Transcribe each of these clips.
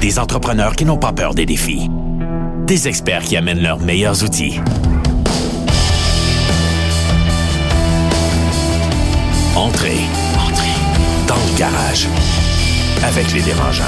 Des entrepreneurs qui n'ont pas peur des défis. Des experts qui amènent leurs meilleurs outils. Entrez dans le garage avec les dérangeants.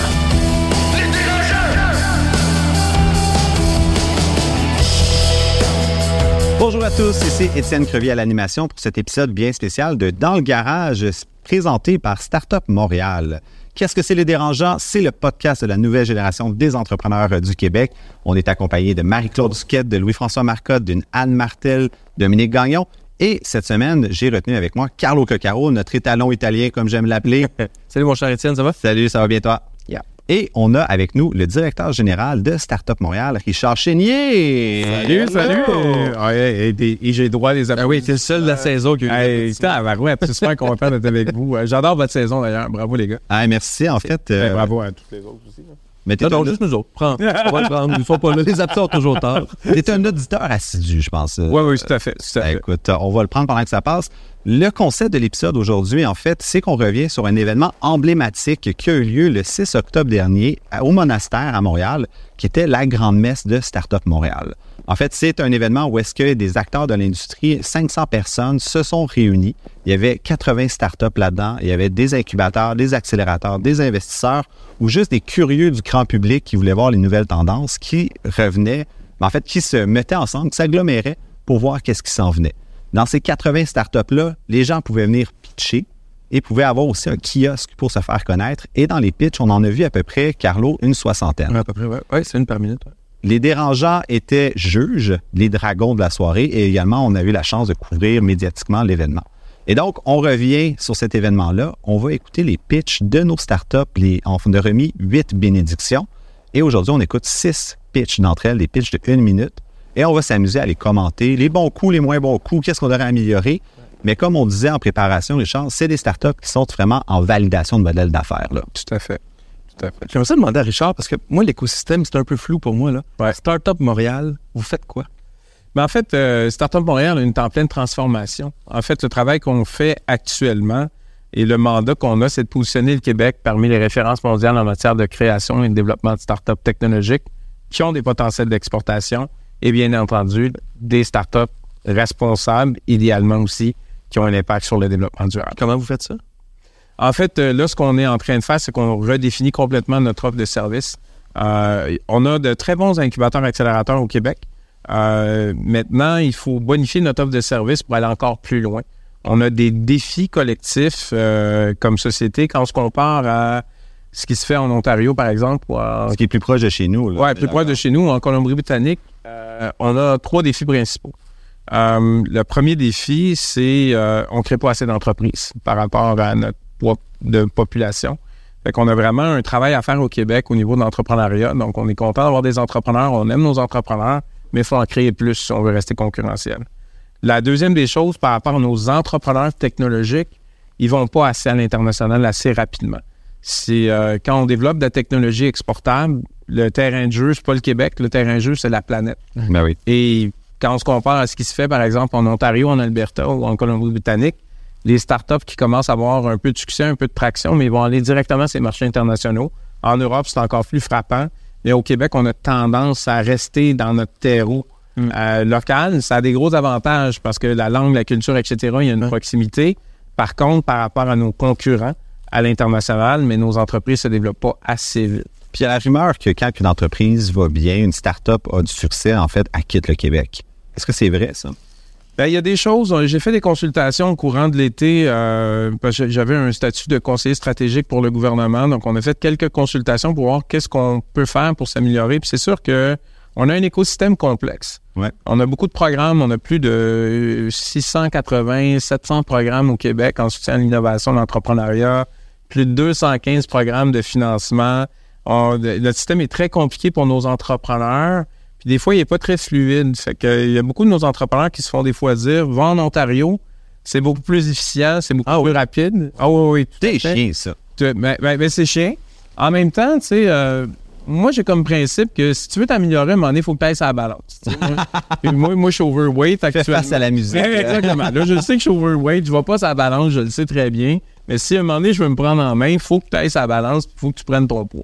Bonjour à tous, ici Étienne Crevier à l'animation pour cet épisode bien spécial de Dans le garage présenté par Startup Montréal. Qu'est-ce que c'est les dérangeants? C'est le podcast de la nouvelle génération des entrepreneurs du Québec. On est accompagné de Marie-Claude Duquette, de Louis-François Marcotte, d'une Anne Martel, Dominique Gagnon. Et cette semaine, j'ai retenu avec moi Carlo Coccaro, notre étalon italien, comme j'aime l'appeler. Salut mon cher Étienne, ça va? Salut, ça va bien toi? Yeah. Et on a avec nous le directeur général de Startup Montréal, Richard Chénier. Salut! Et j'ai droit à les applaudissements. Oui, t'es le seul de la saison qui a eu je suis super content d'être avec vous. J'adore votre saison d'ailleurs. Bravo les gars. Merci, en fait. Bravo à tous les autres aussi. Là. Mais non, juste nous autres. Prends. On va le prendre. Ils ne sont pas là. Les absents toujours tard. T'es un auditeur assidu, je pense. Oui, tout à fait. Écoute, on va le prendre pendant que ça passe. Le concept de l'épisode aujourd'hui, en fait, c'est qu'on revient sur un événement emblématique qui a eu lieu le 6 octobre dernier au Monastère à Montréal, qui était la grande messe de Startup Montréal. En fait, c'est un événement où est-ce que des acteurs de l'industrie, 500 personnes, se sont réunis. Il y avait 80 startups là-dedans. Il y avait des incubateurs, des accélérateurs, des investisseurs ou juste des curieux du grand public qui voulaient voir les nouvelles tendances, qui revenaient, en fait, qui se mettaient ensemble, qui s'aggloméraient pour voir qu'est-ce qui s'en venait. Dans ces 80 startups-là, les gens pouvaient venir pitcher et pouvaient avoir aussi un kiosque pour se faire connaître. Et dans les pitchs, on en a vu à peu près, Carlo, une 60aine. À peu près, oui. Oui, c'est une par minute. Ouais. Les dérangeants étaient juges, les dragons de la soirée, et également, on a eu la chance de couvrir médiatiquement l'événement. Et donc, on revient sur cet événement-là. On va écouter les pitchs de nos startups. On a remis 8 bénédictions. Et aujourd'hui, on écoute 6 pitchs d'entre elles, des pitchs de 1 minute. Et on va s'amuser à les commenter, les bons coups, les moins bons coups, qu'est-ce qu'on devrait améliorer. Mais comme on disait en préparation, Richard, c'est des startups qui sont vraiment en validation de modèle d'affaires. Là. Tout à fait. J'aimerais ça demander à Richard, parce que moi, l'écosystème, c'est un peu flou pour moi. Là. Ouais. Startup Montréal, vous faites quoi? En fait, Startup Montréal a une en pleine transformation. En fait, le travail qu'on fait actuellement et le mandat qu'on a, c'est de positionner le Québec parmi les références mondiales en matière de création et de développement de startups technologiques qui ont des potentiels d'exportation et bien entendu, des startups responsables, idéalement aussi, qui ont un impact sur le développement durable. Comment vous faites ça? En fait, là, ce qu'on est en train de faire, c'est qu'on redéfinit complètement notre offre de service. On a de très bons incubateurs accélérateurs au Québec. Maintenant, il faut bonifier notre offre de service pour aller encore plus loin. On a des défis collectifs comme société quand on se compare à ce qui se fait en Ontario, par exemple. Ce qui est plus proche de chez nous. Oui, plus proche de chez nous. En Colombie-Britannique, on a 3 défis principaux. Le premier défi, c'est on ne crée pas assez d'entreprises par rapport à notre poids de population. Fait qu'on a vraiment un travail à faire au Québec au niveau de l'entrepreneuriat. Donc, on est content d'avoir des entrepreneurs, on aime nos entrepreneurs, mais il faut en créer plus si on veut rester concurrentiel. La deuxième des choses, par rapport à nos entrepreneurs technologiques, ils ne vont pas assez à l'international assez rapidement. C'est quand on développe de la technologie exportable, le terrain de jeu, c'est pas le Québec, le terrain de jeu, c'est la planète. Ben oui. Et quand on se compare à ce qui se fait, par exemple, en Ontario, en Alberta ou en Colombie-Britannique, les startups qui commencent à avoir un peu de succès, un peu de traction, mais ils vont aller directement sur les marchés internationaux. En Europe, c'est encore plus frappant. Mais au Québec, on a tendance à rester dans notre terreau local. Ça a des gros avantages parce que la langue, la culture, etc., il y a une proximité. Par contre, par rapport à nos concurrents à l'international, mais nos entreprises ne se développent pas assez vite. Puis il y a la rumeur que quand une entreprise va bien, une start-up a du succès, en fait, elle quitte le Québec. Est-ce que c'est vrai, ça? Bien, il y a des choses. J'ai fait des consultations au courant de l'été parce que j'avais un statut de conseiller stratégique pour le gouvernement. Donc, on a fait quelques consultations pour voir qu'est-ce qu'on peut faire pour s'améliorer. Puis c'est sûr qu'on a un écosystème complexe. Ouais. On a beaucoup de programmes. On a plus de 680, 700 programmes au Québec en soutien à l'innovation, l'entrepreneuriat. Plus de 215 programmes de financement. Notre système est très compliqué pour nos entrepreneurs. Puis des fois, il n'est pas très fluide. Fait qu'il y a beaucoup de nos entrepreneurs qui se font des fois dire « Va en Ontario, c'est beaucoup plus efficient, c'est beaucoup plus rapide. » Ah oui, tout c'est chiant, ça. Ben, c'est chiant. En même temps, tu sais, moi, j'ai comme principe que si tu veux t'améliorer, à un moment donné, il faut que tu ailles sur la balance. moi, je suis overweight actuellement. Fais face à la musique. Exactement. Là, je sais que je suis overweight, je ne vais pas sur la balance, je le sais très bien. Mais si à un moment donné, je veux me prendre en main, il faut que tu ailles sur la balance, il faut que tu prennes ton poids.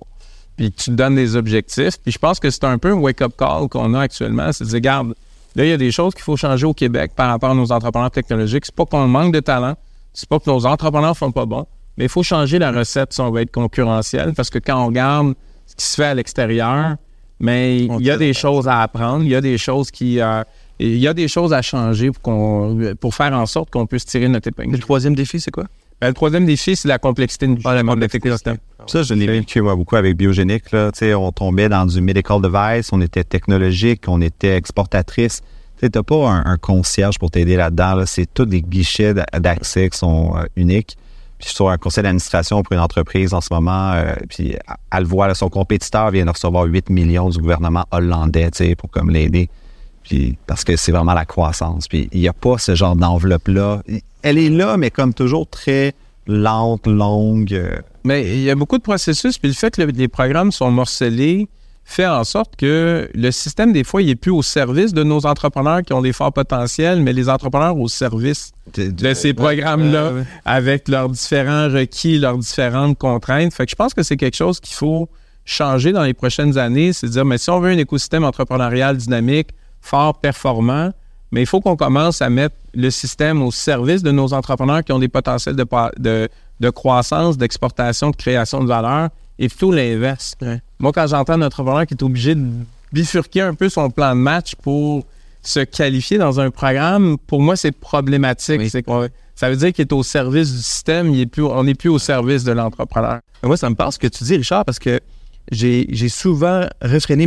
puis tu te donnes des objectifs. Puis je pense que c'est un peu un wake-up call qu'on a actuellement. C'est de dire, regarde, là, il y a des choses qu'il faut changer au Québec par rapport à nos entrepreneurs technologiques. C'est pas qu'on manque de talent, c'est pas que nos entrepreneurs font pas bon, mais il faut changer la recette si on veut être concurrentiel, parce que quand on regarde ce qui se fait à l'extérieur, mais il y a des choses à apprendre, il y a des choses il y a des choses à changer pour faire en sorte qu'on puisse tirer notre épingle. Le troisième défi, c'est quoi? Le troisième défi, c'est la complexité du système. Ça, je l'ai vécu moi, beaucoup avec Biogénique. Là. On tombait dans du medical device, on était technologique, on était exportatrice. Tu n'as pas un concierge pour t'aider là-dedans. Là. C'est tous des guichets d'accès qui sont uniques. Puis sur un conseil d'administration pour une entreprise en ce moment, puis elle le voit, là, son compétiteur vient de recevoir 8 millions du gouvernement hollandais pour comme l'aider. Puis parce que c'est vraiment la croissance. Puis il n'y a pas ce genre d'enveloppe-là. Elle est là, mais comme toujours très lente, longue. Mais il y a beaucoup de processus. Puis le fait que les programmes sont morcelés fait en sorte que le système, des fois, il n'est plus au service de nos entrepreneurs qui ont des forts potentiels, mais les entrepreneurs au service de ces programmes-là, avec leurs différents requis, leurs différentes contraintes. Fait que je pense que c'est quelque chose qu'il faut changer dans les prochaines années. C'est de dire, mais si on veut un écosystème entrepreneurial dynamique, fort, performant, mais il faut qu'on commence à mettre le système au service de nos entrepreneurs qui ont des potentiels de croissance, d'exportation, de création de valeur, et plutôt l'inverse. Ouais. Moi, quand j'entends un entrepreneur qui est obligé de bifurquer un peu son plan de match pour se qualifier dans un programme, pour moi, c'est problématique. Oui. Ça veut dire qu'il est au service du système, on n'est plus au service de l'entrepreneur. Moi, ça me parle ce que tu dis, Richard, parce que j'ai souvent réfréné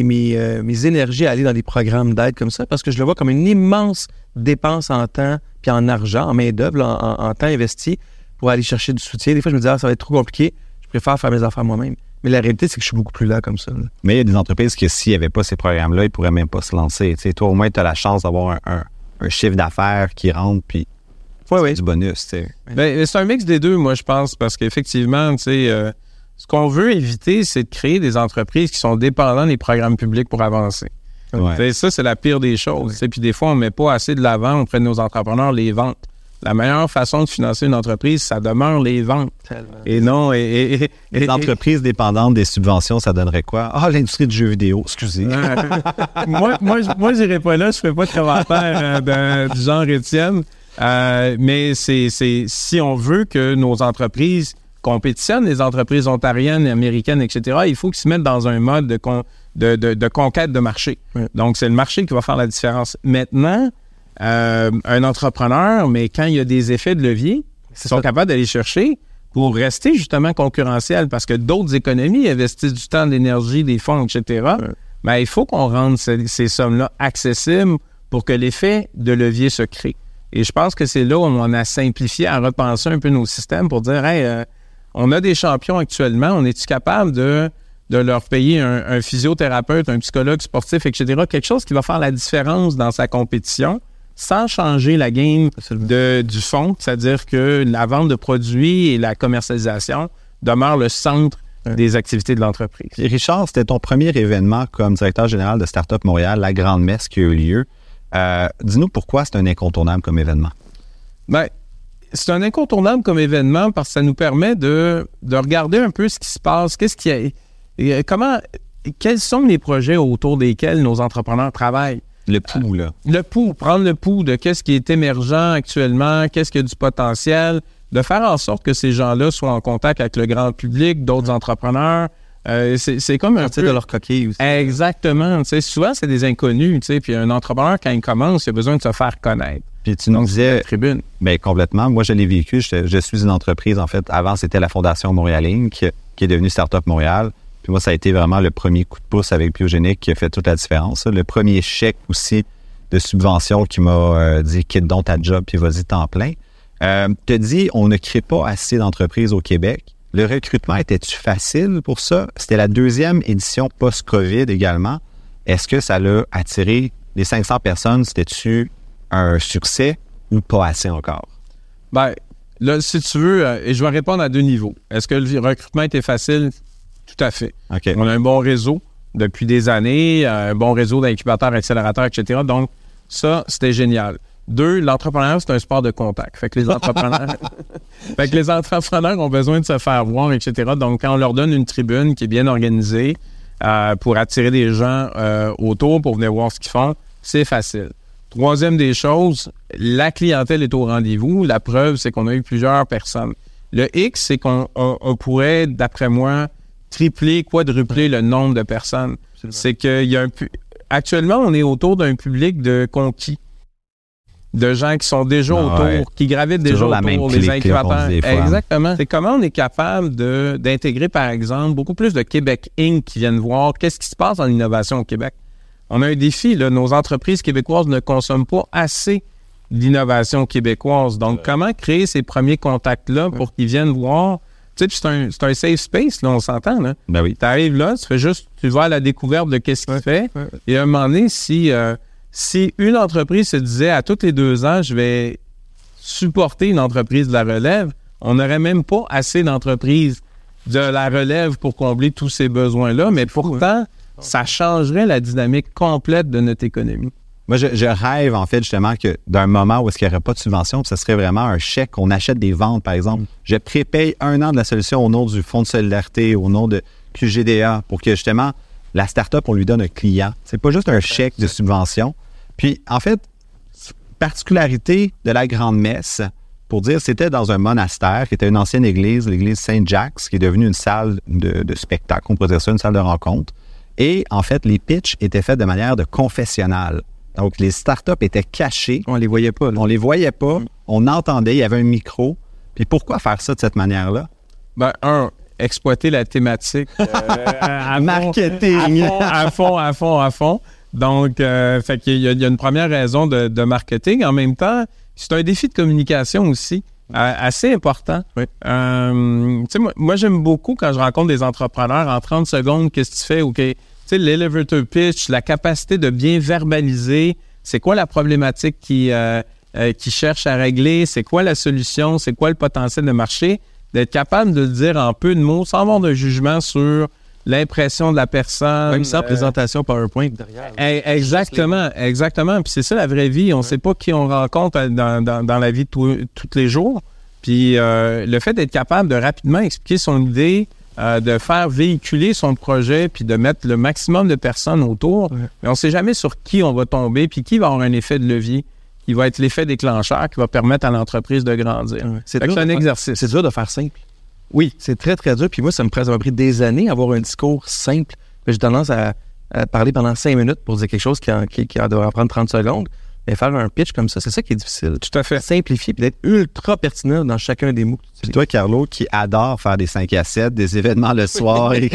mes énergies à aller dans des programmes d'aide comme ça, parce que je le vois comme une immense dépense en temps puis en argent, en main-d'œuvre, en temps investi pour aller chercher du soutien. Des fois, je me dis, ça va être trop compliqué. Je préfère faire mes affaires moi-même. Mais la réalité, c'est que je suis beaucoup plus là comme ça. Là. Mais il y a des entreprises que s'il n'y avait pas ces programmes-là, ils ne pourraient même pas se lancer. T'sais, toi, au moins, tu as la chance d'avoir un chiffre d'affaires qui rentre, puis du bonus. Ben, c'est un mix des deux, moi, je pense, parce qu'effectivement, ce qu'on veut éviter, c'est de créer des entreprises qui sont dépendantes des programmes publics pour avancer. Ouais. Ça, c'est la pire des choses. Puis des fois, on ne met pas assez de l'avant auprès de nos entrepreneurs les ventes. La meilleure façon de financer une entreprise, ça demeure les ventes. Tellement. Et non... les entreprises dépendantes des subventions, ça donnerait quoi? Ah, l'industrie du jeu vidéo, excusez. moi, je n'irai pas là, je ne ferai pas de commentaire du genre Étienne. Mais c'est si on veut que nos entreprises compétitionnent, les entreprises ontariennes, américaines, etc., il faut qu'ils se mettent dans un mode de conquête de marché. Ouais. Donc, c'est le marché qui va faire la différence. Maintenant... un entrepreneur, mais quand il y a des effets de levier, ils sont capables d'aller chercher pour rester justement concurrentiel, parce que d'autres économies investissent du temps, de l'énergie, des fonds, etc. Mais il faut qu'on rende ces sommes-là accessibles pour que l'effet de levier se crée. Et je pense que c'est là où on a simplifié, à repenser un peu nos systèmes pour dire, hey, on a des champions actuellement, on est-tu capable de leur payer un physiothérapeute, un psychologue sportif, etc., quelque chose qui va faire la différence dans sa compétition, sans changer la game du fond, c'est-à-dire que la vente de produits et la commercialisation demeurent le centre des activités de l'entreprise. Et Richard, c'était ton premier événement comme directeur général de Startup Montréal, la Grande Messe qui a eu lieu. Dis-nous pourquoi c'est un incontournable comme événement. Bien, c'est un incontournable comme événement parce que ça nous permet de regarder un peu ce qui se passe, quels sont les projets autour desquels nos entrepreneurs travaillent. Le pouls, là. Le pouls, prendre le pouls de qu'est-ce qui est émergent actuellement, qu'est-ce qui a du potentiel, de faire en sorte que ces gens-là soient en contact avec le grand public, d'autres entrepreneurs. C'est comme un peu... de leur coquille aussi. Exactement. Souvent, c'est des inconnus. Puis un entrepreneur, quand il commence, il a besoin de se faire connaître. Puis tu nous disais... Tribune. Bien, complètement. Moi, je l'ai vécu. Je suis une entreprise, en fait. Avant, c'était la Fondation Montréal Inc. qui est devenue Startup Montréal. Puis moi, ça a été vraiment le premier coup de pouce avec Biogénique qui a fait toute la différence. Le premier chèque aussi de subvention qui m'a dit « quitte donc ta job puis vas-y temps plein ». Tu as dit « on ne crée pas assez d'entreprises au Québec ». Le recrutement, était-tu facile pour ça? C'était la deuxième édition post-COVID également. Est-ce que ça l'a attiré les 500 personnes? C'était-tu un succès ou pas assez encore? Bien, là, si tu veux, et je vais répondre à deux niveaux. Est-ce que le recrutement était facile? Tout à fait. Okay. On a un bon réseau depuis des années, un bon réseau d'incubateurs, accélérateurs, etc. Donc, ça, c'était génial. 2, l'entrepreneuriat, c'est un sport de contact. Fait que les entrepreneurs ont besoin de se faire voir, etc. Donc, quand on leur donne une tribune qui est bien organisée pour attirer des gens autour pour venir voir ce qu'ils font, c'est facile. Troisième des choses, la clientèle est au rendez-vous. La preuve, c'est qu'on a eu plusieurs personnes. Le X, c'est qu'on pourrait, d'après moi, tripler, quadrupler le nombre de personnes. Absolument. C'est qu'il y a actuellement, on est autour d'un public de conquis. De gens qui sont déjà autour, qui gravitent déjà autour, des incubateurs. Exactement. C'est comment on est capable d'intégrer, par exemple, beaucoup plus de Québec Inc. qui viennent voir qu'est-ce qui se passe dans l'innovation au Québec. On a un défi, là. Nos entreprises québécoises ne consomment pas assez d'innovation québécoise. Donc, comment créer ces premiers contacts-là pour qu'ils viennune voir? Tu sais, c'est un safe space, là, on s'entend, là. Ben oui. Tu arrives là, tu vas à la découverte de qu'est-ce qu'il fait. Ouais. Et à un moment donné, si une entreprise se disait à tous les 2 ans, je vais supporter une entreprise de la relève, on n'aurait même pas assez d'entreprises de la relève pour combler tous ces besoins-là. Mais pourtant, ça changerait la dynamique complète de notre économie. Moi, je rêve, en fait, justement, que d'un moment où est-ce qu'il n'y aurait pas de subvention, puis ce serait vraiment un chèque, on achète des ventes, par exemple. Je prépaye 1 an de la solution au nom du Fonds de solidarité, au nom de QGDA, pour que, justement, la start-up, on lui donne un client. C'est pas juste un chèque de subvention. Puis, en fait, particularité de la Grande Messe, pour dire, c'était dans un monastère qui était une ancienne église, l'église Saint-Jacques, qui est devenue une salle de spectacle, on pourrait dire ça, une salle de rencontre. Et, en fait, les pitchs étaient faits de manière de confessionnal. Donc, les startups étaient cachées. On les voyait pas. Là. On les voyait pas. On entendait, il y avait un micro. Puis pourquoi faire ça de cette manière-là? Ben, exploiter la thématique. Marketing. À fond. Donc, fait qu'il y a une première raison de marketing. En même temps, c'est un défi de communication aussi, assez important. Oui. Tu sais, moi, j'aime beaucoup quand je rencontre des entrepreneurs en 30 secondes, qu'est-ce que tu fais? OK. Tu sais, l'elevator pitch, la capacité de bien verbaliser, c'est quoi la problématique qui cherche à régler, c'est quoi la solution, c'est quoi le potentiel de marché, d'être capable de le dire en peu de mots sans avoir de jugement sur l'impression de la personne. Même sans présentation PowerPoint derrière. Exactement. Puis c'est ça la vraie vie. On ne sait pas qui on rencontre dans la vie de tous les jours. Puis le fait d'être capable de rapidement expliquer son idée, de faire véhiculer son projet puis de mettre le maximum de personnes autour. Ouais. Mais on ne sait jamais sur qui on va tomber puis qui va avoir un effet de levier, qui va être l'effet déclencheur qui va permettre à l'entreprise de grandir. Ouais. C'est un exercice. C'est dur de faire simple. Oui, c'est très, très dur. Puis moi, ça m'a pris des années à avoir un discours simple. J'ai tendance à parler pendant 5 minutes pour dire quelque chose qui devrait prendre 30 secondes. Mais faire un pitch comme ça, c'est ça qui est difficile. Tout à fait. Simplifier puis d'être ultra pertinent dans chacun des mots. C'est toi, Carlo, qui adore faire des 5 à 7, des événements le soir et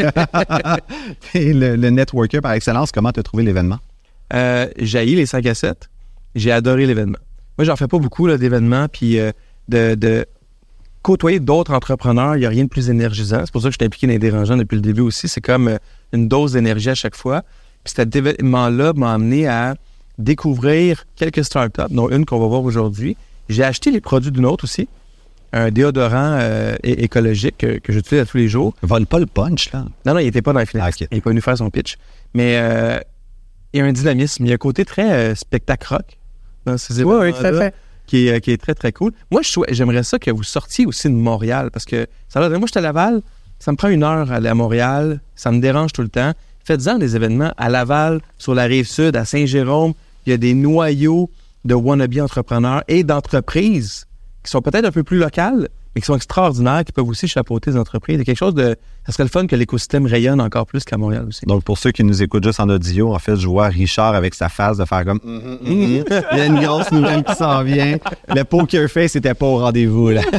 le networker par excellence. Comment tu as trouvé l'événement? J'ai haï les 5 à 7. J'ai adoré l'événement. Moi, j'en fais pas beaucoup là, d'événements puis de côtoyer d'autres entrepreneurs, il n'y a rien de plus énergisant. C'est pour ça que je suis impliqué dans les dérangeants depuis le début aussi. C'est comme une dose d'énergie à chaque fois. Puis cet événement-là m'a amené à découvrir quelques startups, dont une qu'on va voir aujourd'hui. J'ai acheté les produits d'une autre aussi, un déodorant écologique que j'utilise à tous les jours. Vole pas le punch, là. Non, il n'était pas dans les finales. Il n'est pas venu faire son pitch. Mais il y a un dynamisme. Il y a un côté très spectacle rock dans ces événements-là. Oui, tout à fait. Qui est très, très cool. Moi, j'aimerais ça que vous sortiez aussi de Montréal, parce que moi, je suis à Laval, ça me prend 1 heure à aller à Montréal, ça me dérange tout le temps. Faites-en des événements à Laval, sur la Rive-Sud, à Saint-Jérôme. Il y a des noyaux de wannabe entrepreneurs et d'entreprises qui sont peut-être un peu plus locales, mais qui sont extraordinaires, qui peuvent aussi chapeauter des entreprises. Il y a quelque chose de... Ça serait le fun que l'écosystème rayonne encore plus qu'à Montréal aussi. Donc, pour ceux qui nous écoutent juste en audio, en fait, je vois Richard avec sa face de faire comme... Il y a une grosse nouvelle qui s'en vient. Le poker face n'était pas au rendez-vous, là.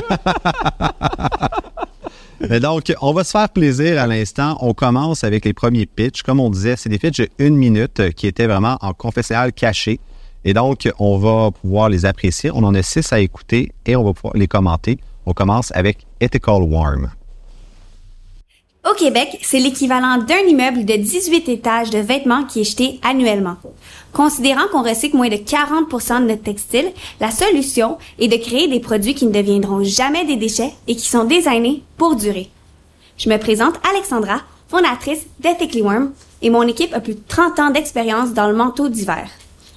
Mais donc, on va se faire plaisir à l'instant. On commence avec les premiers pitchs. Comme on disait, c'est des pitchs de 1 minute qui étaient vraiment en confessionnal caché. Et donc, on va pouvoir les apprécier. On en a 6 à écouter et on va pouvoir les commenter. On commence avec Ethical Warm. Au Québec, c'est l'équivalent d'un immeuble de 18 étages de vêtements qui est jeté annuellement. Considérant qu'on recycle moins de 40% de notre textile, la solution est de créer des produits qui ne deviendront jamais des déchets et qui sont designés pour durer. Je me présente Alexandra, fondatrice d'Ethically Warm, et mon équipe a plus de 30 ans d'expérience dans le manteau d'hiver.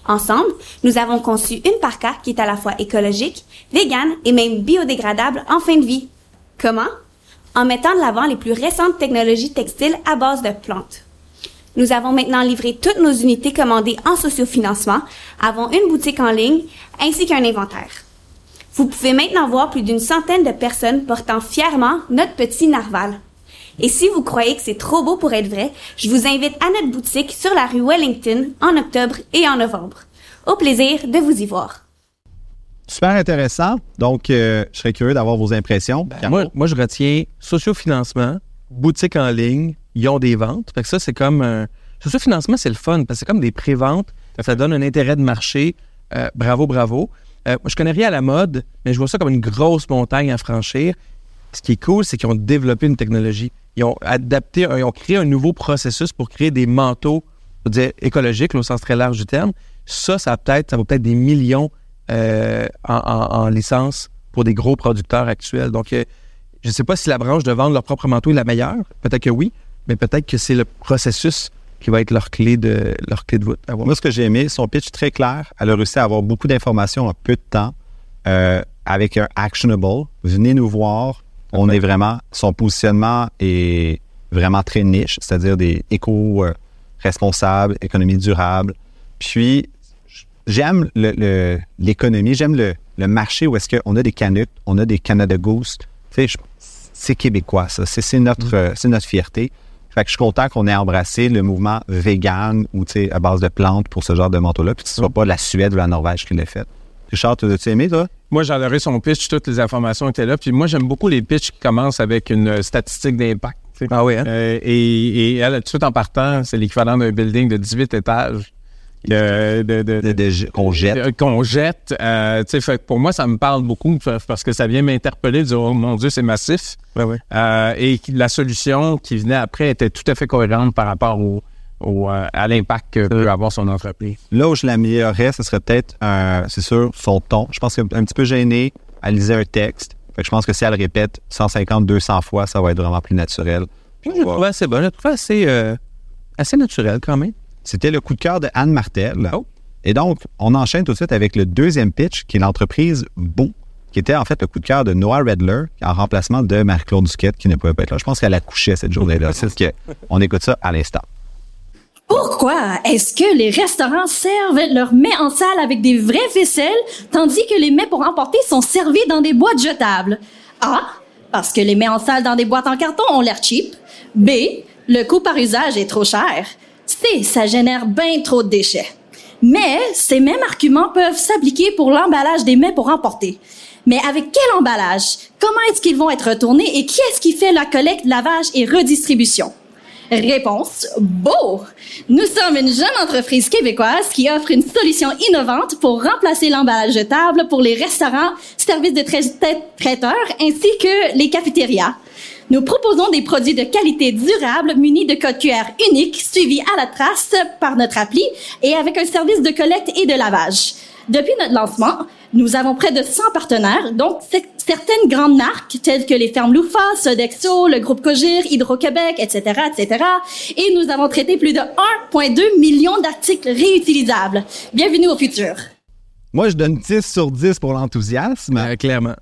Ensemble, nous avons conçu une parka qui est à la fois écologique, végane et même biodégradable en fin de vie. Comment? En mettant de l'avant les plus récentes technologies textiles à base de plantes. Nous avons maintenant livré toutes nos unités commandées en sociofinancement, avons une boutique en ligne ainsi qu'un inventaire. Vous pouvez maintenant voir plus d'une centaine de personnes portant fièrement notre petit narval. Et si vous croyez que c'est trop beau pour être vrai, je vous invite à notre boutique sur la rue Wellington en octobre et en novembre. Au plaisir de vous y voir. Super intéressant. Donc, je serais curieux d'avoir vos impressions. Moi, je retiens sociofinancement, boutique en ligne, ils ont des ventes. Fait que ça, c'est comme... sociofinancement, c'est le fun parce que c'est comme des pré-ventes. Ça donne un intérêt de marché. Bravo. Moi, je connais rien à la mode, mais je vois ça comme une grosse montagne à franchir. Ce qui est cool, c'est qu'ils ont développé une technologie. Ils ont ils ont créé un nouveau processus pour créer des manteaux, je veux dire, écologiques, là, au sens très large du terme. Ça vaut peut-être des millions en licence pour des gros producteurs actuels. Donc, je ne sais pas si la branche de vendre leur propre manteau est la meilleure. Peut-être que oui, mais peut-être que c'est le processus qui va être leur clé de voûte. Moi, ce que j'ai aimé, son pitch très clair. Elle a réussi à avoir beaucoup d'informations en peu de temps avec un actionable. Venez nous voir. On est vraiment... Son positionnement est vraiment très niche, c'est-à-dire des éco-responsables, économie durable. Puis, j'aime l'économie, j'aime le marché où est-ce qu'on a des Canucks, on a des Canada Goose. Tu sais, c'est québécois, ça. C'est notre fierté. Fait que je suis content qu'on ait embrassé le mouvement vegan ou à base de plantes pour ce genre de manteau-là, puis que ce ne soit pas la Suède ou la Norvège qui l'a fait. Richard, as-tu aimé, toi? Moi, j'ai adoré son pitch, toutes les informations étaient là. Puis moi, j'aime beaucoup les pitchs qui commencent avec une statistique d'impact. Ah oui, hein? Et elle, tout de suite en partant, c'est l'équivalent d'un building de 18 étages. Qu'on jette. Fait pour moi, ça me parle beaucoup parce que ça vient m'interpeller, de dire, oh mon Dieu, c'est massif. Ouais. Et la solution qui venait après était tout à fait cohérente par rapport à l'impact que peut avoir son entreprise. Là où je l'améliorerais, ce serait peut-être, c'est sûr, son ton. Je pense qu'un petit peu gêné, elle lisait un texte. Fait que je pense que si elle répète 150, 200 fois, ça va être vraiment plus naturel. Je le trouvais assez bon. Je le trouvais assez naturel quand même. C'était le coup de cœur de Anne Martel. Oh. Et donc, on enchaîne tout de suite avec le deuxième pitch, qui est l'entreprise Beau, qui était en fait le coup de cœur de Noah Redler, en remplacement de Marie-Claude Duquette, qui ne pouvait pas être là. Je pense qu'elle accouchait cette journée-là. C'est ce qu'on écoute ça à l'instant. Pourquoi est-ce que les restaurants servent leurs mets en salle avec des vraies vaisselles, tandis que les mets pour emporter sont servis dans des boîtes jetables? A, parce que les mets en salle dans des boîtes en carton ont l'air cheap. B, le coût par usage est trop cher. C, ça génère bien trop de déchets. Mais ces mêmes arguments peuvent s'appliquer pour l'emballage des mets pour emporter. Mais avec quel emballage? Comment est-ce qu'ils vont être retournés et qui est-ce qui fait la collecte, lavage et redistribution? Réponse, Beau! Nous sommes une jeune entreprise québécoise qui offre une solution innovante pour remplacer l'emballage jetable pour les restaurants, services de traiteurs ainsi que les cafétérias. Nous proposons des produits de qualité durable munis de code QR unique suivis à la trace par notre appli et avec un service de collecte et de lavage. Depuis notre lancement, nous avons près de 100 partenaires, donc certaines grandes marques telles que les Fermes Loufa, Sodexo, le groupe Cogir, Hydro-Québec, etc., etc. Et nous avons traité plus de 1,2 million d'articles réutilisables. Bienvenue au futur. Moi, je donne 10 sur 10 pour l'enthousiasme. Clairement.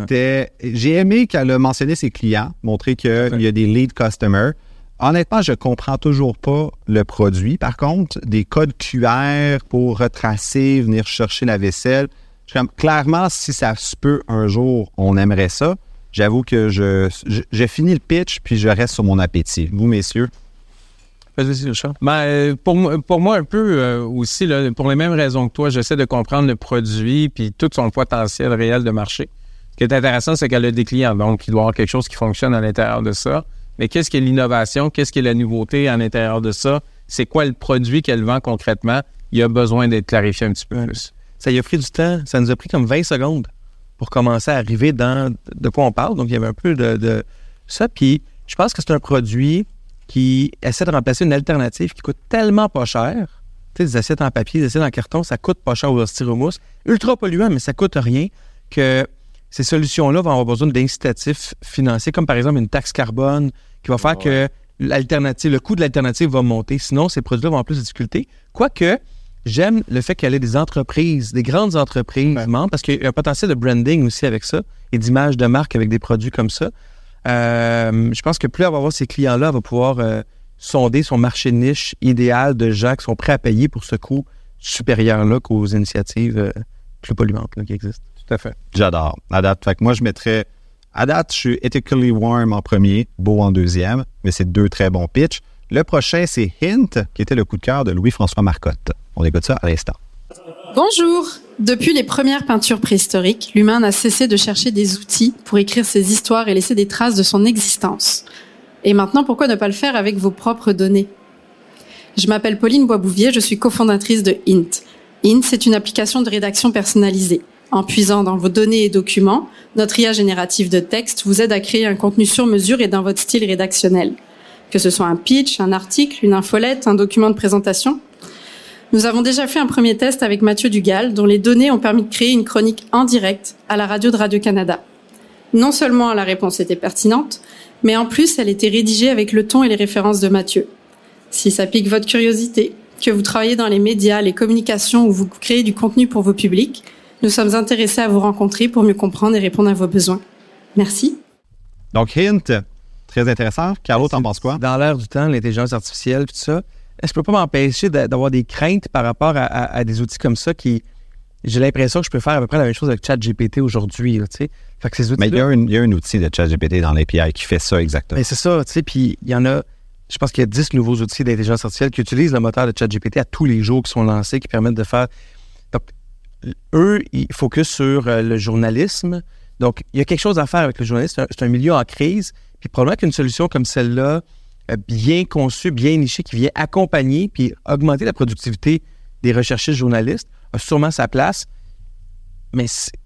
J'ai aimé qu'elle a mentionné ses clients, montré qu'il y a des lead customers. Honnêtement, je comprends toujours pas le produit. Par contre, des codes QR pour retracer, venir chercher la vaisselle. Clairement, si ça se peut un jour, on aimerait ça. J'avoue que je finis le pitch puis je reste sur mon appétit. Vous, messieurs? Vas-y, Richard. Pour moi, un peu aussi, là, pour les mêmes raisons que toi, j'essaie de comprendre le produit puis tout son potentiel réel de marché. Ce qui est intéressant, c'est qu'elle a des clients, donc il doit y avoir quelque chose qui fonctionne à l'intérieur de ça. Mais qu'est-ce qui est l'innovation? Qu'est-ce qui est la nouveauté à l'intérieur de ça? C'est quoi le produit qu'elle vend concrètement? Il y a besoin d'être clarifié un petit peu plus. Ça y a pris du temps. Ça nous a pris comme 20 secondes pour commencer à arriver dans de quoi on parle. Donc, il y avait un peu de ça. Puis, je pense que c'est un produit qui essaie de remplacer une alternative qui coûte tellement pas cher. Tu sais, des assiettes en papier, des assiettes en carton, ça coûte pas cher au styromousse. Ultra polluant, mais ça coûte rien. Que ces solutions-là vont avoir besoin d'incitatifs financiers, comme par exemple une taxe carbone qui va faire que le coût de l'alternative va monter. Sinon, ces produits-là vont avoir plus de difficultés. Quoique, j'aime le fait qu'elle ait des entreprises, des grandes entreprises membres, parce qu'il y a un potentiel de branding aussi avec ça et d'image de marque avec des produits comme ça. Je pense que plus elle va avoir ces clients-là, elle va pouvoir sonder son marché niche idéal de gens qui sont prêts à payer pour ce coût supérieur-là qu'aux initiatives plus polluantes là, qui existent. Tout à fait. J'adore. À date, fait que moi, je mettrais... À date, je suis Ethically Warm en premier, Beau en deuxième, mais c'est 2 très bons pitchs. Le prochain, c'est Hint, qui était le coup de cœur de Louis-François Marcotte. On écoute ça à l'instant. Bonjour! Depuis les premières peintures préhistoriques, l'humain n'a cessé de chercher des outils pour écrire ses histoires et laisser des traces de son existence. Et maintenant, pourquoi ne pas le faire avec vos propres données? Je m'appelle Pauline Boisbouvier, je suis cofondatrice de Hint. Hint, c'est une application de rédaction personnalisée. En puisant dans vos données et documents, notre IA générative de texte vous aide à créer un contenu sur mesure et dans votre style rédactionnel. Que ce soit un pitch, un article, une infolette, un document de présentation. Nous avons déjà fait un premier test avec Mathieu Dugal, dont les données ont permis de créer une chronique en direct à la radio de Radio-Canada. Non seulement la réponse était pertinente, mais en plus elle était rédigée avec le ton et les références de Mathieu. Si ça pique votre curiosité, que vous travaillez dans les médias, les communications ou vous créez du contenu pour vos publics, nous sommes intéressés à vous rencontrer pour mieux comprendre et répondre à vos besoins. Merci. Donc, Hint, très intéressant. Carlo, t'en penses quoi? Dans l'ère du temps, l'intelligence artificielle, tout ça, est-ce que je peux pas m'empêcher d'avoir des craintes par rapport à des outils comme ça qui... J'ai l'impression que je peux faire à peu près la même chose avec ChatGPT aujourd'hui, tu sais. Fait que ces outils-là... Mais il y a un outil de ChatGPT dans l'API qui fait ça exactement. Mais c'est ça, tu sais, puis il y en a... Je pense qu'il y a 10 nouveaux outils d'intelligence artificielle qui utilisent le moteur de ChatGPT à tous les jours qui sont lancés, qui permettent de faire... Donc, eux, ils focusent sur le journalisme. Donc, il y a quelque chose à faire avec le journalisme. C'est un milieu en crise. Puis probablement qu'une solution comme celle-là, bien conçue, bien nichée, qui vient accompagner puis augmenter la productivité des recherchistes journalistes, a sûrement sa place. Mais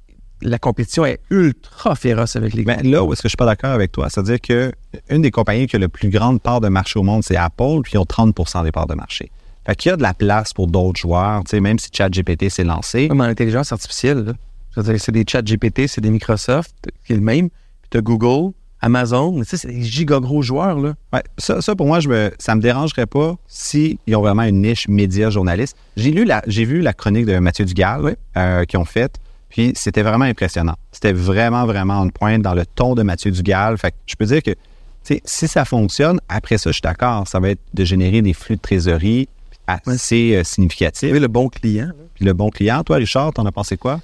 la compétition est ultra féroce avec les gars. Là où est-ce que je suis pas d'accord avec toi? C'est-à-dire qu'une des compagnies qui a la plus grande part de marché au monde, c'est Apple, puis ils ont 30% des parts de marché. Fait qu'il y a de la place pour d'autres joueurs, tu sais, même si ChatGPT s'est lancé. Comme en intelligence artificielle, là. C'est des ChatGPT, c'est des Microsoft, qui est le même. Puis tu as Google, Amazon, tu sais, c'est des giga gros joueurs, là. Ouais, ça pour moi, ça me dérangerait pas s'ils ont vraiment une niche média journaliste. J'ai vu la chronique de Mathieu Dugal qu'ils ont faite, puis c'était vraiment impressionnant. C'était vraiment, vraiment en pointe dans le ton de Mathieu Dugal. Fait que je peux dire que, tu sais, si ça fonctionne, après ça, je suis d'accord, ça va être de générer des flux de trésorerie assez significatifs. Oui, le bon client. Puis le bon client. Toi, Richard, t'en as pensé quoi?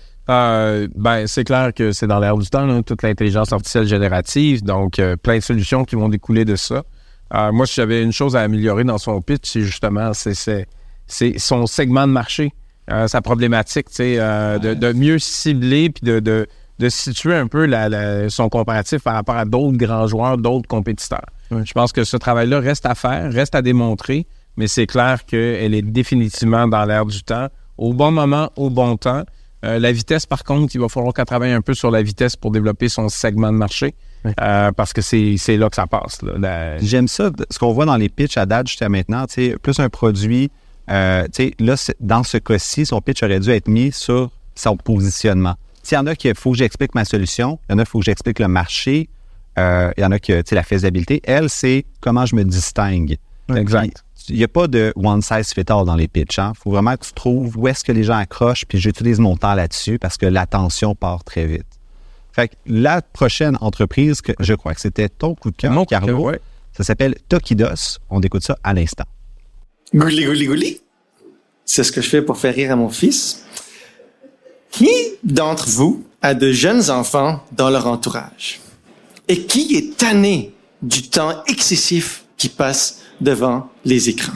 C'est clair que c'est dans l'air du temps, là, toute l'intelligence artificielle générative, donc plein de solutions qui vont découler de ça. Moi, si j'avais une chose à améliorer dans son pitch, c'est justement c'est son segment de marché, sa problématique, de mieux cibler puis de situer un peu son comparatif par rapport à d'autres grands joueurs, d'autres compétiteurs. Ouais. Je pense que ce travail-là reste à faire, reste à démontrer, mais c'est clair qu'elle est définitivement dans l'air du temps, au bon moment, au bon temps. La vitesse, par contre, il va falloir qu'elle travaille un peu sur la vitesse pour développer son segment de marché, parce que c'est là que ça passe. Là. J'aime ça, ce qu'on voit dans les pitchs à date jusqu'à maintenant, plus un produit, là, dans ce cas-ci, son pitch aurait dû être mis sur son positionnement. Il y en a qui faut que j'explique ma solution, il y en a qui faut que j'explique le marché, il y en a qui, la faisabilité. Elle, c'est comment je me distingue. Exact. Il n'y a pas de one size fit all dans les pitchs. Il faut vraiment que tu trouves où est-ce que les gens accrochent, puis j'utilise mon temps là-dessus parce que l'attention part très vite. Fait que la prochaine entreprise, que je crois que c'était ton coup de cœur, Carlo, ça s'appelle Tokidos. On écoute ça à l'instant. Gouli, gouli, gouli. C'est ce que je fais pour faire rire à mon fils. Qui d'entre vous a de jeunes enfants dans leur entourage? Et qui est tanné du temps excessif qui passe devant les écrans?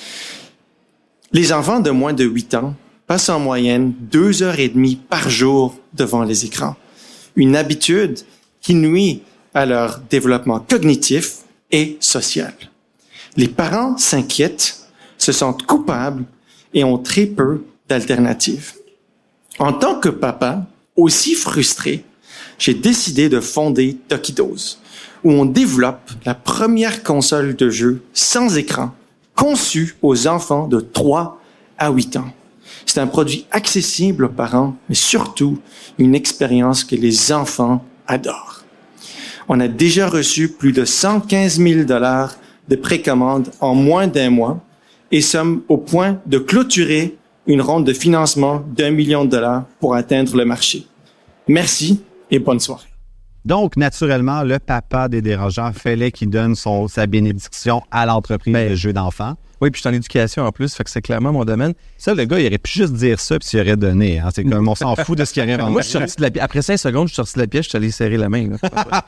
Les enfants de moins de 8 ans passent en moyenne 2h30 par jour devant les écrans. Une habitude qui nuit à leur développement cognitif et social. Les parents s'inquiètent, se sentent coupables et ont très peu d'alternatives. En tant que papa, aussi frustré, j'ai décidé de fonder Tokidos, où on développe la première console de jeu sans écran, conçue aux enfants de 3 à 8 ans. C'est un produit accessible aux parents, mais surtout une expérience que les enfants adorent. On a déjà reçu plus de 115 000 $ de précommande en moins d'un mois et sommes au point de clôturer une ronde de financement d'$1 million pour atteindre le marché. Merci et bonne soirée. Donc, naturellement, le papa des dérangeants fallait qu'il donne sa bénédiction à l'entreprise de jeux d'enfants. Oui, puis je suis en éducation en plus, fait que c'est clairement mon domaine. Ça, le gars, il aurait pu juste dire ça, puis il aurait donné. Hein. C'est comme, on s'en fout de ce qu'il aurait vendu. Moi, je suis sorti de la pièce. Après 5 secondes, je suis sorti de la pièce, je suis allé serrer la main.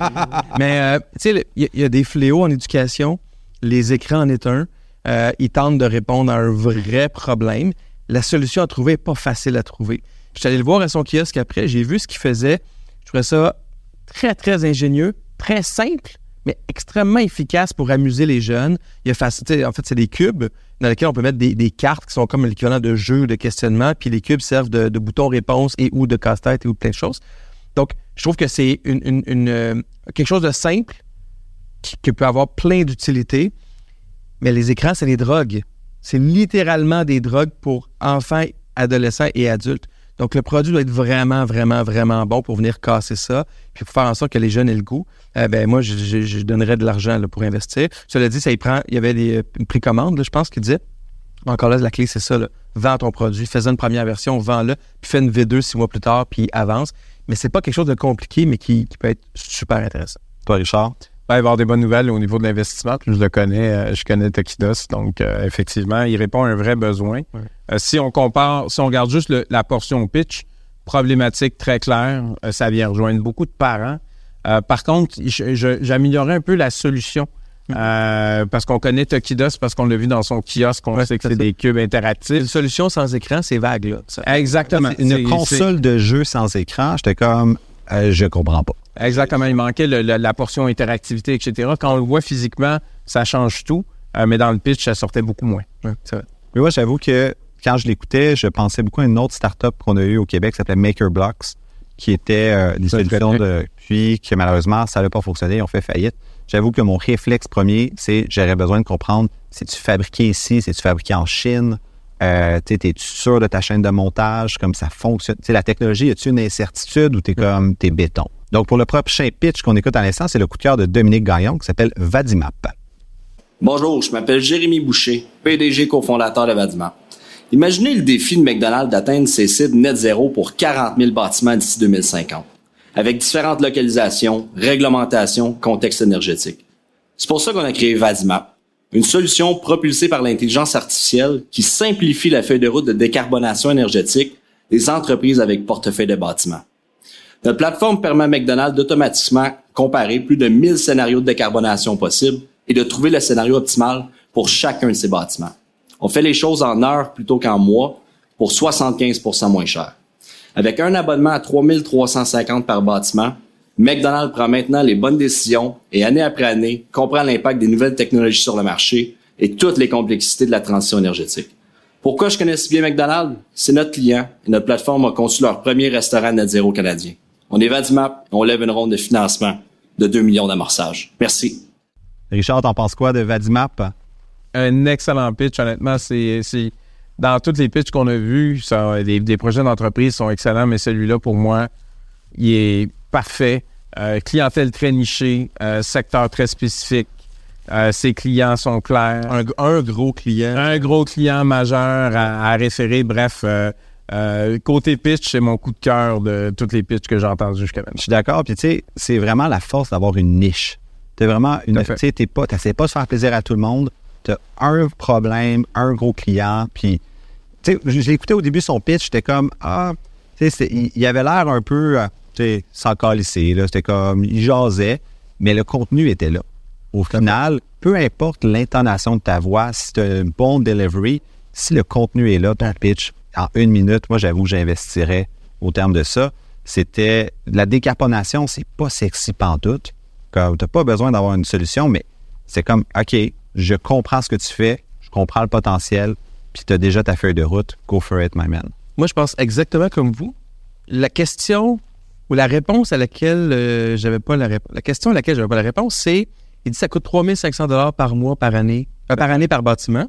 Mais, tu sais, il y a des fléaux en éducation. Les écrans en est un. Ils tentent de répondre à un vrai problème. La solution à trouver n'est pas facile à trouver. Je suis allé le voir à son kiosque après. J'ai vu ce qu'il faisait. Je trouvais ça très, très ingénieux, très simple, mais extrêmement efficace pour amuser les jeunes. En fait, c'est des cubes dans lesquels on peut mettre des cartes qui sont comme l'équivalent de jeux de questionnement, puis les cubes servent de boutons réponse et ou de casse-tête et ou de plein de choses. Donc, je trouve que c'est quelque chose de simple qui peut avoir plein d'utilités, mais les écrans, c'est des drogues. C'est littéralement des drogues pour enfants, adolescents et adultes. Donc, le produit doit être vraiment, vraiment, vraiment bon pour venir casser ça, puis pour faire en sorte que les jeunes aient le goût. Moi, je donnerais de l'argent là, pour investir. Cela dit, il y avait une précommande, là, je pense, qui disait, encore là, la clé, c'est ça, là, vends ton produit, fais une première version, vends-le, puis fais une V2 6 mois plus tard, puis avance. Mais c'est pas quelque chose de compliqué, mais qui peut être super intéressant. Toi, Richard? Il va y avoir des bonnes nouvelles au niveau de l'investissement. Je le connais, je connais Tokidos, donc effectivement, il répond à un vrai besoin. Ouais. Si on regarde juste la portion pitch, problématique très claire, ça vient rejoindre beaucoup de parents. Par contre, j'améliorerais un peu la solution. Parce qu'on connaît Tokidos, parce qu'on l'a vu dans son kiosque, on sait que c'est des cubes interactifs. Une solution sans écran, c'est vague, là. Exactement. Une console de jeu sans écran, j'étais comme, je comprends pas. Exactement. Il manquait la portion interactivité, etc. Quand on le voit physiquement, ça change tout, mais dans le pitch, ça sortait beaucoup moins. Ouais, c'est vrai. Mais moi, j'avoue que quand je l'écoutais, je pensais beaucoup à une autre start-up qu'on a eue au Québec qui s'appelait MakerBlocks, qui était des solutions puis que malheureusement, ça n'a pas fonctionné, on fait faillite. J'avoue que mon réflexe premier, c'est j'aurais besoin de comprendre, c'est-tu fabriqué ici, c'est-tu fabriqué en Chine, t'es-tu sûr de ta chaîne de montage, comme ça fonctionne? T'sais, la technologie, y a-tu une incertitude ou t'es béton? Donc, pour le prochain pitch qu'on écoute à l'instant, c'est le coup de cœur de Dominique Gagnon qui s'appelle Vadimap. Bonjour, je m'appelle Jérémy Boucher, PDG cofondateur de Vadimap. Imaginez le défi de McDonald's d'atteindre ses cibles net zéro pour 40 000 bâtiments d'ici 2050, avec différentes localisations, réglementations, contexte énergétique. C'est pour ça qu'on a créé Vadimap, une solution propulsée par l'intelligence artificielle qui simplifie la feuille de route de décarbonation énergétique des entreprises avec portefeuille de bâtiments. Notre plateforme permet à McDonald's d'automatiquement comparer plus de 1000 scénarios de décarbonation possibles et de trouver le scénario optimal pour chacun de ces bâtiments. On fait les choses en heures plutôt qu'en mois pour 75% moins cher. Avec un abonnement à 3 350 par bâtiment, McDonald's prend maintenant les bonnes décisions et année après année comprend l'impact des nouvelles technologies sur le marché et toutes les complexités de la transition énergétique. Pourquoi je connais si bien McDonald's? C'est notre client et notre plateforme a conçu leur premier restaurant net zéro canadien. On est Vadimap et on lève une ronde de financement de 2 millions d'amorçage. Merci. Richard, t'en penses quoi de Vadimap? Un excellent pitch, honnêtement. C'est dans tous les pitchs qu'on a vus, des projets d'entreprise sont excellents, mais celui-là, pour moi, il est parfait. Clientèle très nichée, secteur très spécifique. Ses clients sont clairs. Un gros client. Un gros client majeur à référer. Bref, côté pitch, c'est mon coup de cœur de tous les pitchs que j'ai entendus jusqu'à maintenant. Je suis d'accord. Puis tu sais, c'est vraiment la force d'avoir une niche. T'es vraiment une... Tu sais, t'essaies pas de faire plaisir à tout le monde. T'as un problème, un gros client. Puis, tu sais, j'ai écouté au début son pitch. J'étais comme, tu sais, il avait l'air un peu, tu sais, sans calisser. C'était comme, il jasait, mais le contenu était là. Au final, peu importe l'intonation de ta voix, si tu as un bon delivery, si le contenu est là, ton pitch, en 1 minute, moi, j'avoue, j'investirais au terme de ça. C'était la décarbonation, c'est pas sexy pantoute. Tu n'as pas besoin d'avoir une solution, mais c'est comme, OK, je comprends ce que tu fais, je comprends le potentiel, puis tu as déjà ta feuille de route. Go for it, my man. Moi, je pense exactement comme vous. La question ou la réponse à laquelle j'avais pas la réponse, la question à laquelle j'avais pas la réponse, c'est, il dit ça coûte 3 500 $ par mois, par année par bâtiment.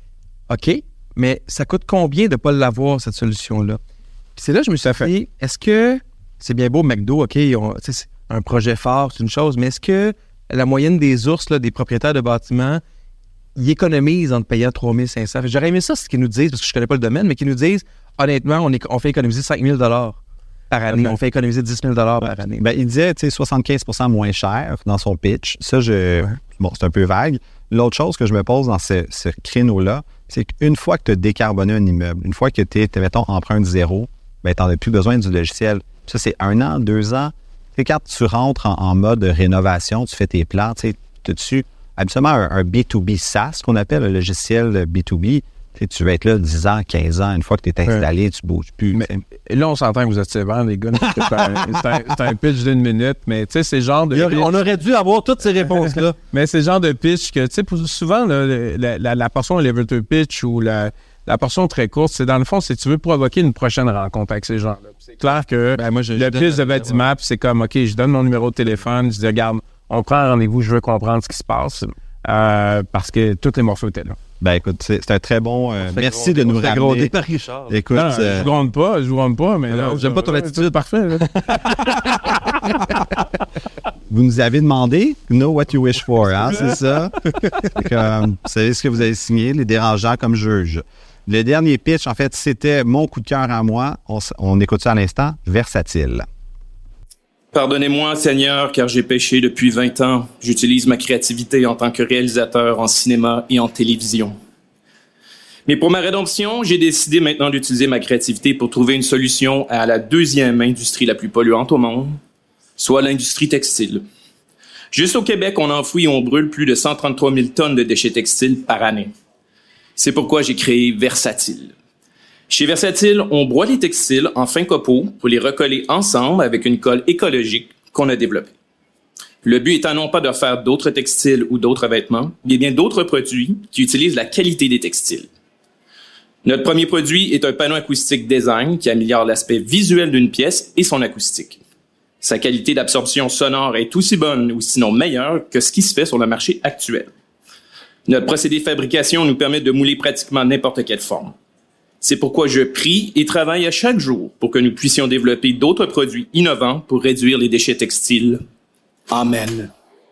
OK, mais ça coûte combien de ne pas l'avoir, cette solution-là? Puis c'est là que je me suis dit, est-ce que c'est bien beau, McDo, OK, c'est un projet fort, c'est une chose, mais est-ce que la moyenne des ours, là, des propriétaires de bâtiments, ils économisent en te payant 3 500. J'aurais aimé ça, ce qu'ils nous disent, parce que je connais pas le domaine, mais qu'ils nous disent, honnêtement, on fait économiser 5 000 $ par année. On fait économiser 10 000 $ par année. Ben, il disait 75 % moins cher dans son pitch. Ça, bon, c'est un peu vague. L'autre chose que je me pose dans ce créneau-là, c'est qu'une fois que tu as décarboné un immeuble, une fois que tu es, mettons, empreinte zéro, ben, tu n'en as plus besoin du logiciel. Ça, c'est 1 an, 2 ans. Et quand tu rentres en mode rénovation, tu fais tes plans, tu sais, dessus. Habituellement, un B2B SaaS, qu'on appelle un logiciel B2B, tu vas être là 10 ans, 15 ans. Une fois que tu es installé, tu ne bouges plus. Mais là, on s'entend que vous êtes sévères, les gars. C'est un pitch d'1 minute, mais tu sais, c'est le genre de... On aurait dû avoir toutes ces réponses-là. Mais c'est le genre de pitch que, tu sais, souvent, là, la portion elevator pitch ou la portion très courte, c'est dans le fond, c'est tu veux provoquer une prochaine rencontre avec ces gens-là. C'est clair que le pitch de Vadimap, c'est comme, OK, je donne mon numéro de téléphone, je dis, regarde, on prend un rendez-vous, je veux comprendre ce qui se passe, parce que tous les morceaux étaient là. Ben écoute, c'est un très bon... merci de nous ramener. Par Richard. Écoute, non, je ne gronde pas, mais là, j'aime pas ton attitude. Parfait. Vous nous avez demandé « Know what you wish for », hein, c'est ça? Vous savez ce que vous avez signé, les dérangeants comme juge. Le dernier pitch, en fait, c'était mon coup de cœur à moi. On écoute ça à l'instant. Versatile. Pardonnez-moi, Seigneur, car j'ai péché depuis 20 ans. J'utilise ma créativité en tant que réalisateur en cinéma et en télévision. Mais pour ma rédemption, j'ai décidé maintenant d'utiliser ma créativité pour trouver une solution à la deuxième industrie la plus polluante au monde, soit l'industrie textile. Juste au Québec, on enfouit et on brûle plus de 133 000 tonnes de déchets textiles par année. C'est pourquoi j'ai créé Versatile. Chez Versatile, on broie les textiles en fin copeaux pour les recoller ensemble avec une colle écologique qu'on a développée. Le but étant non pas de faire d'autres textiles ou d'autres vêtements, mais bien d'autres produits qui utilisent la qualité des textiles. Notre premier produit est un panneau acoustique design qui améliore l'aspect visuel d'une pièce et son acoustique. Sa qualité d'absorption sonore est aussi bonne ou sinon meilleure que ce qui se fait sur le marché actuel. Notre procédé de fabrication nous permet de mouler pratiquement n'importe quelle forme. C'est pourquoi je prie et travaille à chaque jour pour que nous puissions développer d'autres produits innovants pour réduire les déchets textiles. Amen.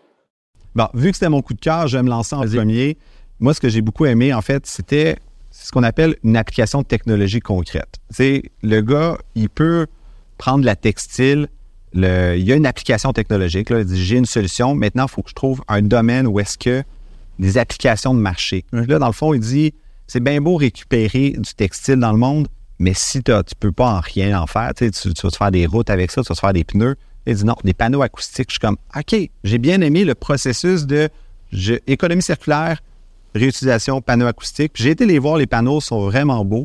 Bon, vu que c'était mon coup de cœur, je vais me lancer en premier. Moi, ce que j'ai beaucoup aimé, en fait, c'est ce qu'on appelle une application de technologie concrète. Tu sais, le gars, il peut prendre la textile, il y a une application technologique, là, il dit, j'ai une solution, maintenant, il faut que je trouve un domaine où est-ce que des applications de marché. Là, dans le fond, il dit, c'est bien beau récupérer du textile dans le monde, mais si tu ne peux pas en rien en faire, tu vas te faire des routes avec ça, tu vas te faire des pneus. Il dit non, des panneaux acoustiques. Je suis comme, OK, j'ai bien aimé le processus de économie circulaire, réutilisation, panneaux acoustiques. Puis j'ai été les voir, les panneaux sont vraiment beaux.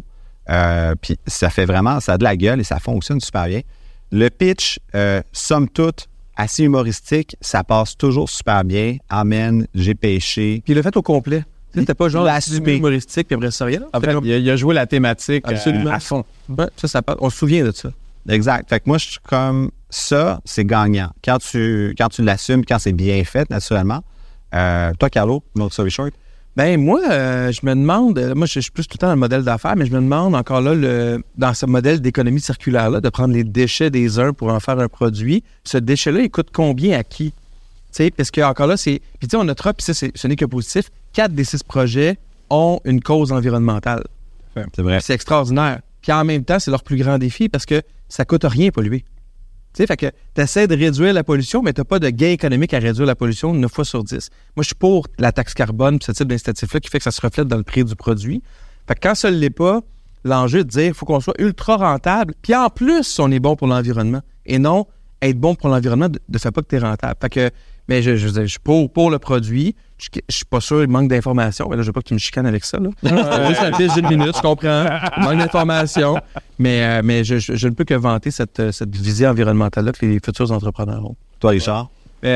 Puis ça a de la gueule et ça fonctionne super bien. Le pitch, somme toute, assez humoristique, ça passe toujours super bien. Amen, j'ai péché. Puis le fait au complet. C'était pas genre humoristique puis après ça rien. En fait, il a joué la thématique à fond. Ouais, ça passe. On se souvient de ça. Exact. Fait que moi, je suis comme ça, c'est gagnant. Quand tu l'assumes, quand c'est bien fait, naturellement. Toi, Carlo, No Story Short? Ben moi, je me demande, moi je suis plus tout le temps dans le modèle d'affaires, mais je me demande encore là, dans ce modèle d'économie circulaire-là, de prendre les déchets des uns pour en faire un produit. Ce déchet-là, il coûte combien à qui? Tu sais, parce que encore là, c'est. Puis tu sais, on notera, puis ça, ce n'est que positif, 4 des 6 projets ont une cause environnementale. C'est vrai. Puis c'est extraordinaire. Puis en même temps, c'est leur plus grand défi parce que ça coûte rien polluer. Tu sais, fait que tu essaies de réduire la pollution, mais tu n'as pas de gain économique à réduire la pollution 9 fois sur 10. Moi, je suis pour la taxe carbone puis ce type d'incitatif-là qui fait que ça se reflète dans le prix du produit. Fait que quand ça ne l'est pas, l'enjeu est de dire qu'il faut qu'on soit ultra rentable, puis en plus, on est bon pour l'environnement. Et non, être bon pour l'environnement ne fait pas que tu es rentable. Fait que, mais je suis pour le produit. Je suis pas sûr, il manque d'informations. Mais là, je veux pas que tu me chicanes avec ça. Juste un pitch d'une minute, je comprends. Il manque d'informations. Mais je ne peux que vanter cette visée environnementale-là que les futurs entrepreneurs ont. Toi, Richard?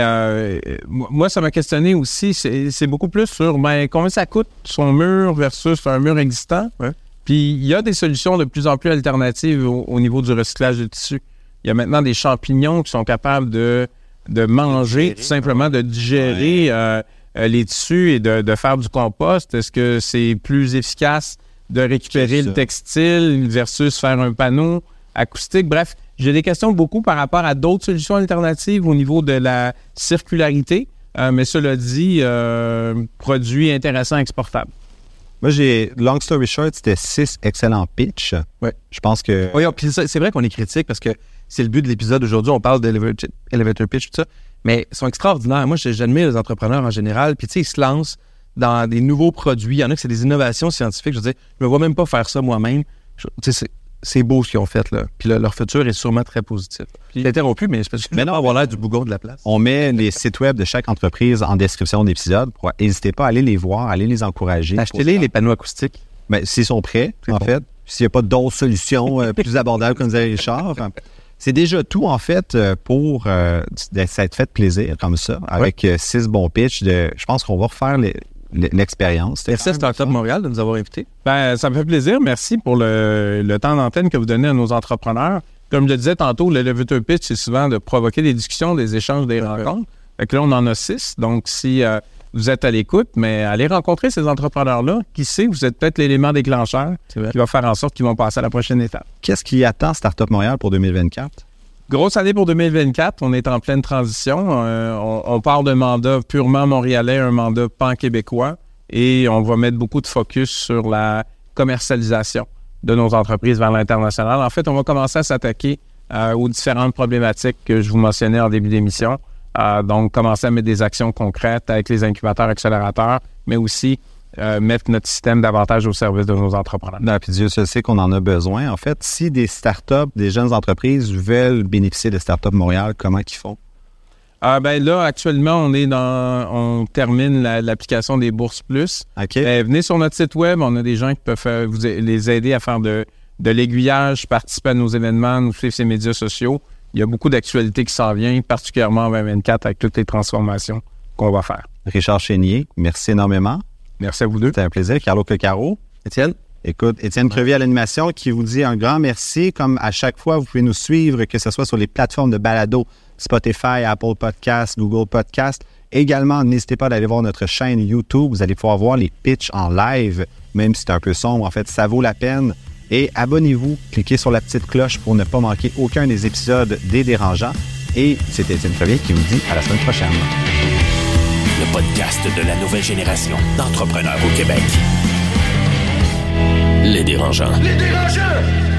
Moi, ça m'a questionné aussi. C'est beaucoup plus sur combien ça coûte son mur versus un mur existant. Ouais. Puis, il y a des solutions de plus en plus alternatives au niveau du recyclage de tissu. Il y a maintenant des champignons qui sont capables de manger, tout simplement, de digérer les tissus et de faire du compost. Est-ce que c'est plus efficace de récupérer le textile versus faire un panneau acoustique? Bref, j'ai des questions beaucoup par rapport à d'autres solutions alternatives au niveau de la circularité. Mais cela dit, produit intéressant, exportable. Moi, long story short, c'était 6 excellents pitchs. Ouais. Je pense que... Oui, puis c'est vrai qu'on est critique parce que c'est le but de l'épisode aujourd'hui. On parle d'elevator pitch, tout ça. Mais ils sont extraordinaires. Moi, j'admire les entrepreneurs en général. Puis, tu sais, ils se lancent dans des nouveaux produits. Il y en a que c'est des innovations scientifiques. Je veux dire, je me vois même pas faire ça moi-même. Tu sais, c'est beau ce qu'ils ont fait, là. Puis leur futur est sûrement très positif. Puis, j'ai interrompu, mais c'est parce que je vais avoir l'air du bougon de la place. On met les sites web de chaque entreprise en description d'épisode. N'hésitez pas à aller les voir, à aller les encourager. Achetez-les, les panneaux acoustiques. Ben, s'ils sont prêts, en fait. S'il n'y a pas d'autres solutions plus abordables, comme disait Richard. C'est déjà tout, en fait, pour s'être fait plaisir comme ça, avec 6 bons pitchs. Je pense qu'on va refaire l'expérience. Merci à Startup Montréal de nous avoir invités. Ben, ça me fait plaisir. Merci pour le temps d'antenne que vous donnez à nos entrepreneurs. Comme je le disais tantôt, le elevator pitch, c'est souvent de provoquer des discussions, des échanges, des rencontres. Fait que là, on en a 6. Donc, si vous êtes à l'écoute, mais allez rencontrer ces entrepreneurs-là. Qui sait, vous êtes peut-être l'élément déclencheur qui va faire en sorte qu'ils vont passer à la prochaine étape. Qu'est-ce qui attend Startup Montréal pour 2024? Grosse année pour 2024. On est en pleine transition. On part d'un mandat purement montréalais, un mandat pan-québécois. Et on va mettre beaucoup de focus sur la commercialisation de nos entreprises vers l'international. En fait, on va commencer à s'attaquer aux différentes problématiques que je vous mentionnais en début d'émission. Donc, commencer à mettre des actions concrètes avec les incubateurs, accélérateurs, mais aussi mettre notre système davantage au service de nos entrepreneurs. Non, puis Dieu sait qu'on en a besoin. En fait, si des startups, des jeunes entreprises veulent bénéficier de Startup Montréal, comment ils font? Ben là, actuellement, on termine l'application des Bourses Plus. OK. Venez sur notre site web. On a des gens qui peuvent les aider à faire de l'aiguillage, participer à nos événements, nous suivre ces médias sociaux. Il y a beaucoup d'actualités qui s'en viennent, particulièrement en 2024 avec toutes les transformations qu'on va faire. Richard Chénier, merci énormément. Merci à vous deux. C'était un plaisir. Carlo Coccaro. Étienne. Écoute, Étienne Crevier à l'animation qui vous dit un grand merci. Comme à chaque fois, vous pouvez nous suivre, que ce soit sur les plateformes de balado, Spotify, Apple Podcasts, Google Podcasts. Également, n'hésitez pas d'aller voir notre chaîne YouTube. Vous allez pouvoir voir les pitchs en live, même si c'est un peu sombre. En fait, ça vaut la peine. Et abonnez-vous, cliquez sur la petite cloche pour ne pas manquer aucun des épisodes des Dérangeants. Et c'est Étienne Crevier qui vous dit à la semaine prochaine. Le podcast de la nouvelle génération d'entrepreneurs au Québec. Les Dérangeants. Les Dérangeants!